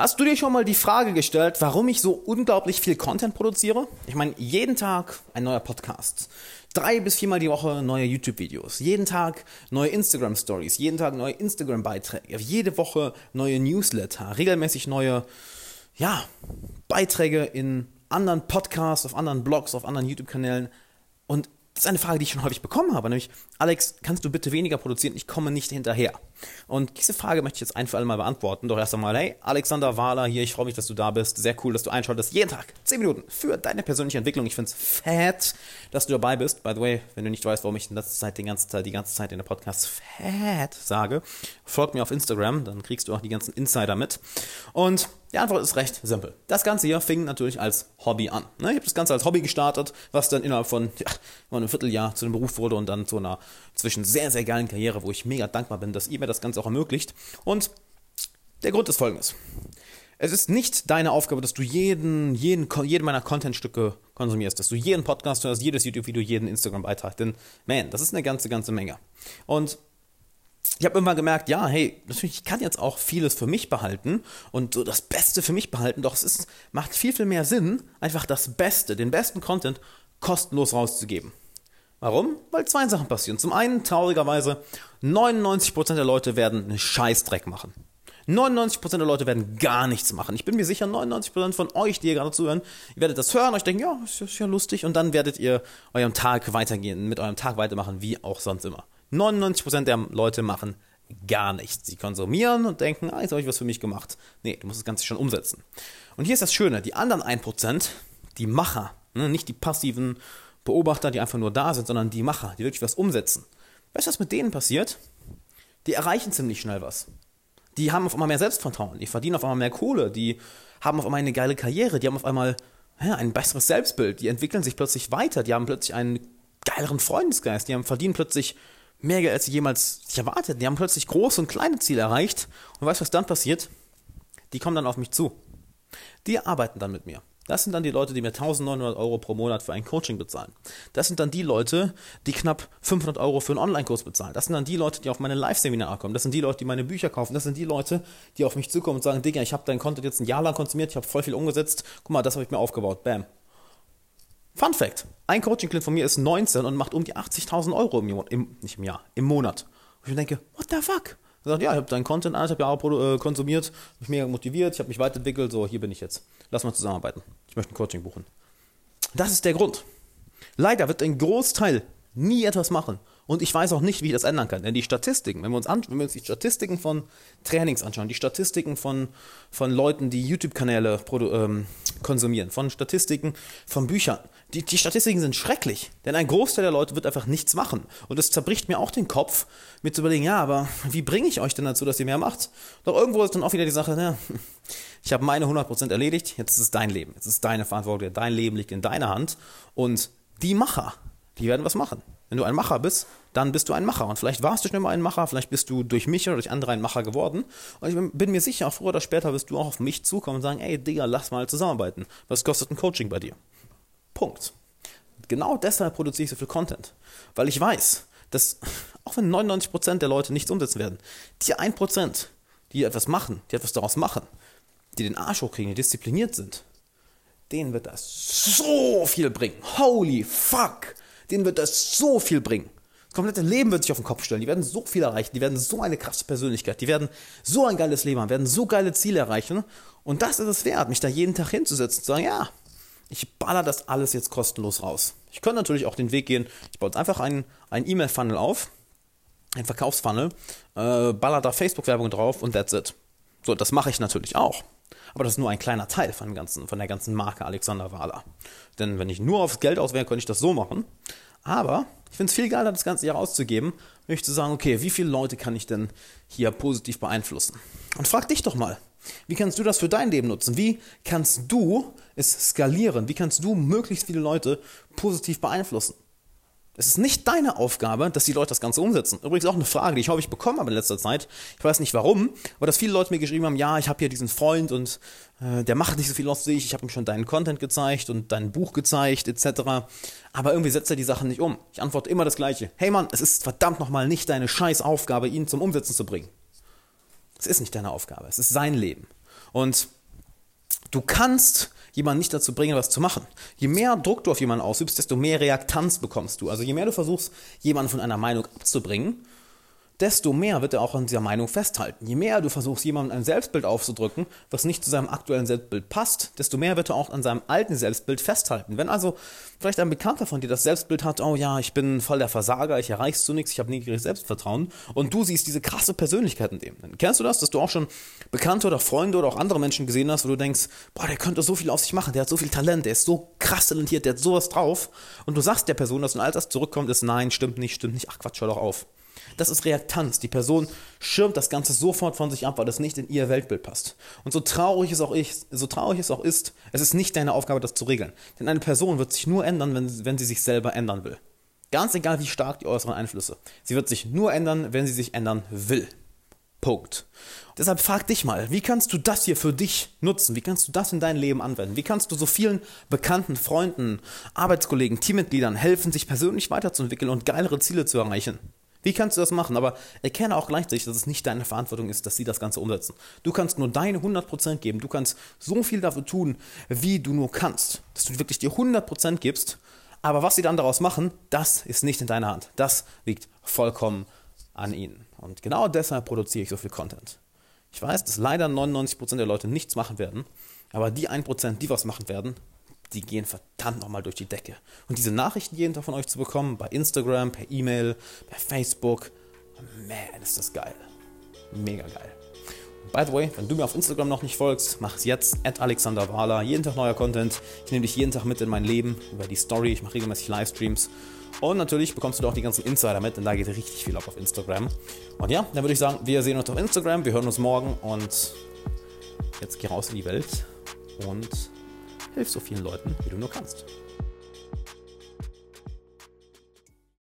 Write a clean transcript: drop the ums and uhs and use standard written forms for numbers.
Hast du dir schon mal die Frage gestellt, warum ich so unglaublich viel Content produziere? Ich meine, jeden Tag ein neuer Podcast, 3 bis 4 Mal die Woche neue YouTube-Videos, jeden Tag neue Instagram-Stories, jeden Tag neue Instagram-Beiträge, jede Woche neue Newsletter, regelmäßig neue Beiträge in anderen Podcasts, auf anderen Blogs, auf anderen YouTube-Kanälen. Und das ist eine Frage, die ich schon häufig bekommen habe, nämlich: Alex, kannst du bitte weniger produzieren? Ich komme nicht hinterher. Und diese Frage möchte ich jetzt ein für alle Mal beantworten. Doch erst einmal, hey, Alexander Wahler hier, ich freue mich, dass du da bist. Sehr cool, dass du einschaltest. Jeden Tag 10 Minuten für deine persönliche Entwicklung. Ich finde es fett, dass du dabei bist. By the way, wenn du nicht weißt, warum ich in letzter Zeit die ganze Zeit in der Podcast fett sage, folg mir auf Instagram, dann kriegst du auch die ganzen Insider mit. Und die Antwort ist recht simpel. Das Ganze hier fing natürlich als Hobby an. Ich habe das Ganze als Hobby gestartet, was dann innerhalb von einem Vierteljahr zu einem Beruf wurde und dann zu einer zwischen sehr, sehr geilen Karriere, wo ich mega dankbar bin, dass ihr mir das Ganze auch ermöglicht. Und der Grund ist folgendes: Es ist nicht deine Aufgabe, dass du jeden meiner Contentstücke konsumierst, dass du jeden Podcast hörst, jedes YouTube-Video, jeden Instagram-Beitrag. Denn, das ist eine ganze Menge. Und ich habe irgendwann gemerkt, natürlich, ich kann jetzt auch vieles für mich behalten und so das Beste für mich behalten, doch macht viel, viel mehr Sinn, einfach den besten Content kostenlos rauszugeben. Warum? Weil 2 Sachen passieren. Zum einen, traurigerweise, 99% der Leute werden einen Scheißdreck machen. 99% der Leute werden gar nichts machen. Ich bin mir sicher, 99% von euch, die ihr gerade zuhören, ihr werdet das hören, euch denken, ja, ist ja lustig, und dann werdet ihr mit eurem Tag weitermachen, wie auch sonst immer. 99% der Leute machen gar nichts. Sie konsumieren und denken, jetzt habe ich was für mich gemacht. Nee, du musst das Ganze schon umsetzen. Und hier ist das Schöne: Die anderen 1%, die Macher, nicht die passiven Beobachter, die einfach nur da sind, sondern die Macher, die wirklich was umsetzen. Weißt du, was mit denen passiert? Die erreichen ziemlich schnell was. Die haben auf einmal mehr Selbstvertrauen, die verdienen auf einmal mehr Kohle, die haben auf einmal eine geile Karriere, die haben auf einmal ein besseres Selbstbild, die entwickeln sich plötzlich weiter, die haben plötzlich einen geileren Freundesgeist, verdienen plötzlich mehr Geld, als sie jemals sich erwartet. Die haben plötzlich große und kleine Ziele erreicht. Und weißt du, was dann passiert? Die kommen dann auf mich zu. Die arbeiten dann mit mir. Das sind dann die Leute, die mir 1.900 € pro Monat für ein Coaching bezahlen. Das sind dann die Leute, die knapp 500 € für einen Online-Kurs bezahlen. Das sind dann die Leute, die auf meine Live-Seminare kommen. Das sind die Leute, die meine Bücher kaufen. Das sind die Leute, die auf mich zukommen und sagen: Digga, ich habe deinen Content jetzt ein Jahr lang konsumiert, ich habe voll viel umgesetzt. Guck mal, das habe ich mir aufgebaut. Bam. Fun Fact: Ein Coaching-Client von mir ist 19 und macht um die 80.000 € im Monat. Und ich mir denke, what the fuck? Er sagt, ich habe deinen Content 1,5 Jahre konsumiert, habe mich mega motiviert, ich habe mich weiterentwickelt, so, hier bin ich jetzt. Lass mal zusammenarbeiten. Ich möchte ein Coaching buchen. Das ist der Grund. Leider wird ein Großteil nie etwas machen. Und ich weiß auch nicht, wie ich das ändern kann. Denn die Statistiken, wenn wir uns die Statistiken von Trainings anschauen, die Statistiken von Leuten, die YouTube-Kanäle konsumieren, von Statistiken von Büchern, die Statistiken sind schrecklich. Denn ein Großteil der Leute wird einfach nichts machen. Und es zerbricht mir auch den Kopf, mir zu überlegen, aber wie bringe ich euch denn dazu, dass ihr mehr macht? Doch irgendwo ist dann auch wieder die Sache, ich habe meine 100% erledigt, jetzt ist es dein Leben. Jetzt ist deine Verantwortung, dein Leben liegt in deiner Hand. Und die Macher, die werden was machen. Wenn du ein Macher bist, dann bist du ein Macher. Und vielleicht warst du schon immer ein Macher, vielleicht bist du durch mich oder durch andere ein Macher geworden. Und ich bin mir sicher, früher oder später wirst du auch auf mich zukommen und sagen: Ey, Digga, lass mal zusammenarbeiten. Was kostet ein Coaching bei dir? Punkt. Genau deshalb produziere ich so viel Content. Weil ich weiß, dass, auch wenn 99% der Leute nichts umsetzen werden, die 1%, die etwas machen, die etwas daraus machen, die den Arsch hochkriegen, die diszipliniert sind, denen wird das so viel bringen. Holy fuck! Denen wird das so viel bringen. Das komplette Leben wird sich auf den Kopf stellen. Die werden so viel erreichen. Die werden so eine krasse Persönlichkeit. Die werden so ein geiles Leben haben. Werden so geile Ziele erreichen. Und das ist es wert, mich da jeden Tag hinzusetzen und zu sagen: ich baller das alles jetzt kostenlos raus. Ich könnte natürlich auch den Weg gehen, ich baue jetzt einfach einen E-Mail-Funnel auf, einen Verkaufsfunnel, baller da Facebook-Werbung drauf und that's it. So, das mache ich natürlich auch. Aber das ist nur ein kleiner Teil von der ganzen Marke Alexander Wahler. Denn wenn ich nur aufs Geld aus wäre, könnte ich das so machen. Aber ich finde es viel geiler, das Ganze hier rauszugeben, nämlich zu sagen: Okay, wie viele Leute kann ich denn hier positiv beeinflussen? Und frag dich doch mal, wie kannst du das für dein Leben nutzen? Wie kannst du es skalieren? Wie kannst du möglichst viele Leute positiv beeinflussen? Es ist nicht deine Aufgabe, dass die Leute das Ganze umsetzen. Übrigens auch eine Frage, die ich häufig bekommen habe in letzter Zeit. Ich weiß nicht warum, aber dass viele Leute mir geschrieben haben: Ja, ich habe hier diesen Freund und der macht nicht so viel aus sich. Ich habe ihm schon deinen Content gezeigt und dein Buch gezeigt etc. Aber irgendwie setzt er die Sachen nicht um. Ich antworte immer das Gleiche: Hey Mann, es ist verdammt nochmal nicht deine scheiß Aufgabe, ihn zum Umsetzen zu bringen. Es ist nicht deine Aufgabe, es ist sein Leben. Und du kannst jemanden nicht dazu bringen, was zu machen. Je mehr Druck du auf jemanden ausübst, desto mehr Reaktanz bekommst du. Also je mehr du versuchst, jemanden von einer Meinung abzubringen, desto mehr wird er auch an dieser Meinung festhalten. Je mehr du versuchst, jemandem ein Selbstbild aufzudrücken, was nicht zu seinem aktuellen Selbstbild passt, desto mehr wird er auch an seinem alten Selbstbild festhalten. Wenn also vielleicht ein Bekannter von dir das Selbstbild hat, oh ja, ich bin voll der Versager, ich erreiche so nichts, ich habe niedriges Selbstvertrauen, und du siehst diese krasse Persönlichkeit in dem. Dann kennst du das, dass du auch schon Bekannte oder Freunde oder auch andere Menschen gesehen hast, wo du denkst, boah, der könnte so viel aus sich machen, der hat so viel Talent, der ist so krass talentiert, der hat sowas drauf, und du sagst der Person, dass ein Alters zurückkommt, ist nein, stimmt nicht, ach Quatsch, hör doch auf. Das ist Reaktanz. Die Person schirmt das Ganze sofort von sich ab, weil das nicht in ihr Weltbild passt. Und so traurig es auch ist, es ist nicht deine Aufgabe, das zu regeln. Denn eine Person wird sich nur ändern, wenn sie sich selber ändern will. Ganz egal, wie stark die äußeren Einflüsse. Sie wird sich nur ändern, wenn sie sich ändern will. Punkt. Deshalb frag dich mal, wie kannst du das hier für dich nutzen? Wie kannst du das in dein Leben anwenden? Wie kannst du so vielen bekannten Freunden, Arbeitskollegen, Teammitgliedern helfen, sich persönlich weiterzuentwickeln und geilere Ziele zu erreichen? Wie kannst du das machen? Aber erkenne auch gleichzeitig, dass es nicht deine Verantwortung ist, dass sie das Ganze umsetzen. Du kannst nur deine 100% geben. Du kannst so viel dafür tun, wie du nur kannst. Dass du wirklich dir 100% gibst. Aber was sie dann daraus machen, das ist nicht in deiner Hand. Das liegt vollkommen an ihnen. Und genau deshalb produziere ich so viel Content. Ich weiß, dass leider 99% der Leute nichts machen werden. Aber die 1%, die was machen werden, die gehen verdammt nochmal durch die Decke. Und diese Nachrichten jeden Tag von euch zu bekommen, bei Instagram, per E-Mail, per Facebook, man, ist das geil. Mega geil. Und by the way, wenn du mir auf Instagram noch nicht folgst, mach es jetzt, @alexanderwahler, jeden Tag neuer Content. Ich nehme dich jeden Tag mit in mein Leben, über die Story, ich mache regelmäßig Livestreams. Und natürlich bekommst du da auch die ganzen Insider mit, denn da geht richtig viel ab auf Instagram. Und ja, dann würde ich sagen, wir sehen uns auf Instagram, wir hören uns morgen und jetzt geh raus in die Welt und hilf so vielen Leuten, wie du nur kannst.